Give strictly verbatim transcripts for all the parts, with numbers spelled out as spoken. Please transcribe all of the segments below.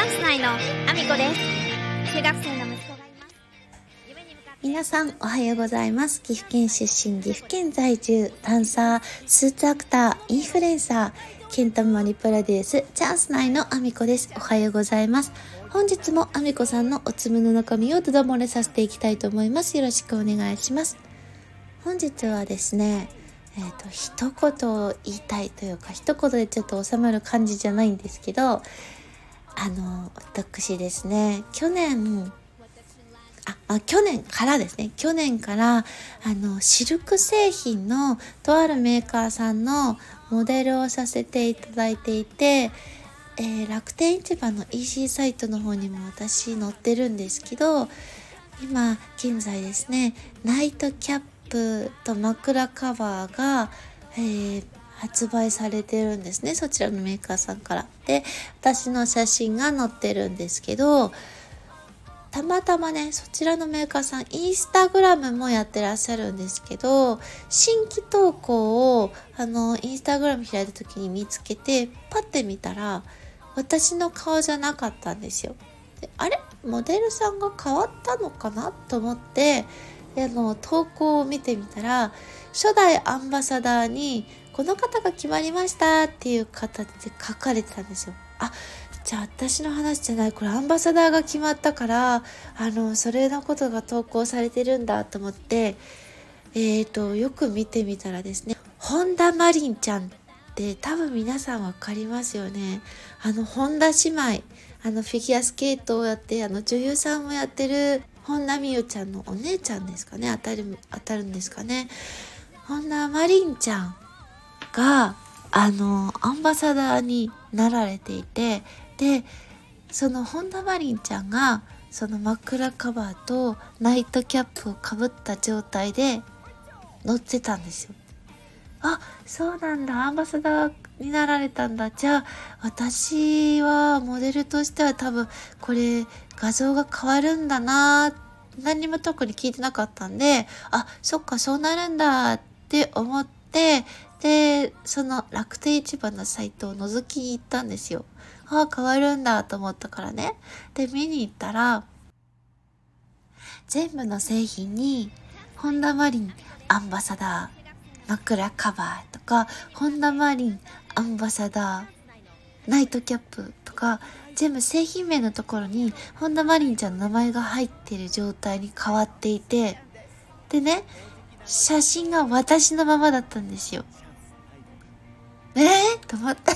ャンス内のアミコです。中学生の息子がいます。 皆さんおはようございます。岐阜県出身、岐阜県在住、ダンサー、スーツアクター、インフルエンサー、ケンタマリプロデュース、チャンス内のアミコです。おはようございます。本日もアミコさんのおつむの中身をただ漏れさせていきたいと思います。よろしくお願いします。本日はですね、えっと、一言言いたいというか、一言でちょっと収まる感じじゃないんですけど、あの、私ですね、去年、あ、あ去年からですね、去年から、あの、シルク製品のとあるメーカーさんのモデルをさせていただいていて、えー、楽天市場の イーシー サイトの方にも私載ってるんですけど、今現在ですね、ナイトキャップと枕カバーが、えー、発売されてるんですね。そちらのメーカーさんから。で、私の写真が載ってるんですけど、たまたまね、そちらのメーカーさん、インスタグラムもやってらっしゃるんですけど、新規投稿を、あの、インスタグラム開いた時に見つけて、パッて見たら、私の顔じゃなかったんですよ。で、あれ？モデルさんが変わったのかなと思って、であの、投稿を見てみたら、初代アンバサダーに、この方が決まりましたっていう形で書かれてたんですよ。あ、じゃあ私の話じゃない、これアンバサダーが決まったから、あの、それのことが投稿されてるんだと思って、えーと、よく見てみたらですね、本田真凜ちゃんって多分皆さんわかりますよね。あの、本田姉妹、あの、フィギュアスケートをやって、あの、女優さんもやってる本田美優ちゃんのお姉ちゃんですかね、当たる、当たるんですかね。本田真凜ちゃんが、あの、アンバサダーになられていて、で、その本田真凜ちゃんがその枕カバーとナイトキャップをかぶった状態で乗ってたんですよ。あ、そうなんだ、アンバサダーになられたんだ。じゃあ私はモデルとしては多分これ画像が変わるんだな、何にも特に聞いてなかったんで、あ、そっか、そうなるんだって思って、で、その楽天市場のサイトを覗きに行ったんですよ。ああ、変わるんだと思ったからね。で、見に行ったら、全部の製品に、本田真凜アンバサダー、枕カバーとか、本田真凜アンバサダー、ナイトキャップとか、全部製品名のところに、本田真凜ちゃんの名前が入っている状態に変わっていて、でね、写真が私のままだったんですよ。えーと思って。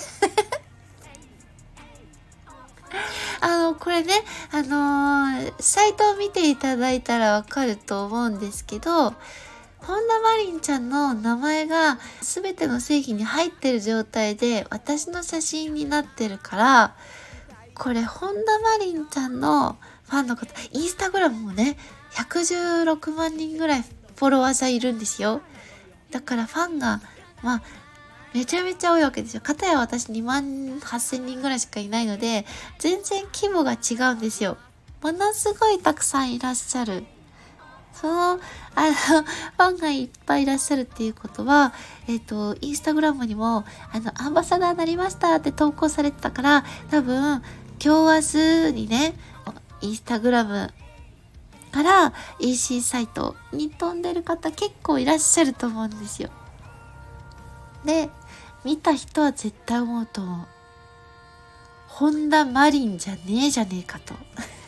あの、これね、あのー、サイトを見ていただいたらわかると思うんですけど、本田真凜ちゃんの名前が全ての製品に入ってる状態で私の写真になってるから、これ本田真凜ちゃんのファンの方、インスタグラムもね、ひゃくじゅうろくまんにんぐらいフォロワーさんいるんですよ。だからファンが、まあ、めちゃめちゃ多いわけですよ。かたや私にまんはっせんにんぐらいしかいないので、全然規模が違うんですよ。ものすごいたくさんいらっしゃる。その、あの、ファンがいっぱいいらっしゃるっていうことは、えっと、インスタグラムにも、あの、アンバサダーになりましたって投稿されてたから、多分、今日明日にね、インスタグラムから イーシー サイトに飛んでる方結構いらっしゃると思うんですよ。で、見た人は絶対思うと思う。本田真凜じゃねえじゃねえかと。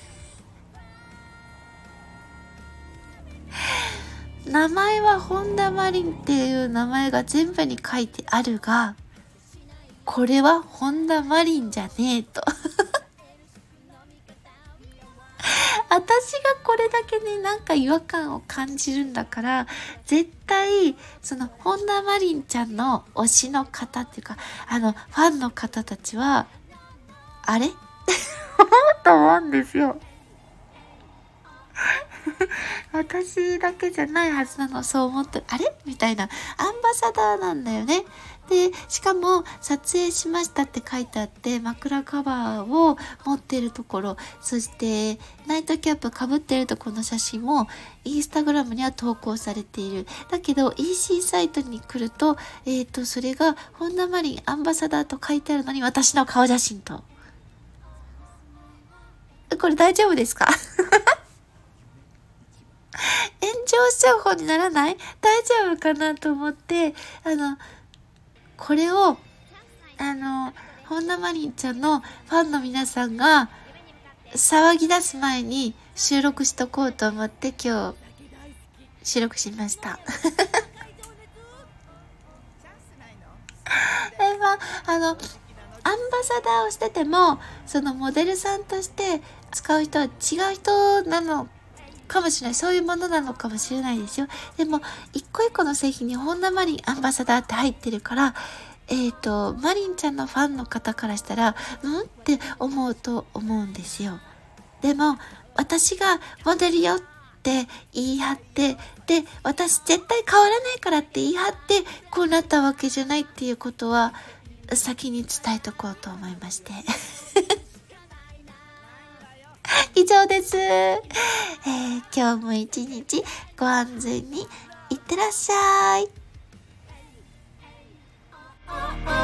名前は本田真凜っていう名前が全部に書いてあるが、これは本田真凜じゃねえと。私がこれだけね、なんか違和感を感じるんだから、絶対、その、本田真凜ちゃんの推しの方っていうか、あの、ファンの方たちは、あれ思うと思うんですよ。私だけじゃないはずなの、そう思って、あれみたいな、アンバサダーなんだよね。で、しかも撮影しましたって書いてあって、枕カバーを持ってるところ、そしてナイトキャップかぶってるところの写真もインスタグラムには投稿されている。だけど イーシー サイトに来ると、えっと、それが本田真凜アンバサダーと書いてあるのに私の顔写真と。 これ大丈夫ですか？炎上商法にならない？大丈夫かなと思って、あの、これを、あの、本田真凜ちゃんのファンの皆さんが騒ぎ出す前に収録しとこうと思って今日収録しました。で、まあ、あの、アンバサダーをしてても、そのモデルさんとして使う人は違う人なのかもしれない。そういうものなのかもしれないですよ。でも、一個一個の製品に本田マリンアンバサダーって入ってるから、えっと、マリンちゃんのファンの方からしたら、うんって思うと思うんですよ。でも、私がモデルよって言い張って、で、私絶対変わらないからって言い張って、こうなったわけじゃないっていうことは、先に伝えとこうと思いまして。以上です、えー、今日も一日ご安全にいってらっしゃい。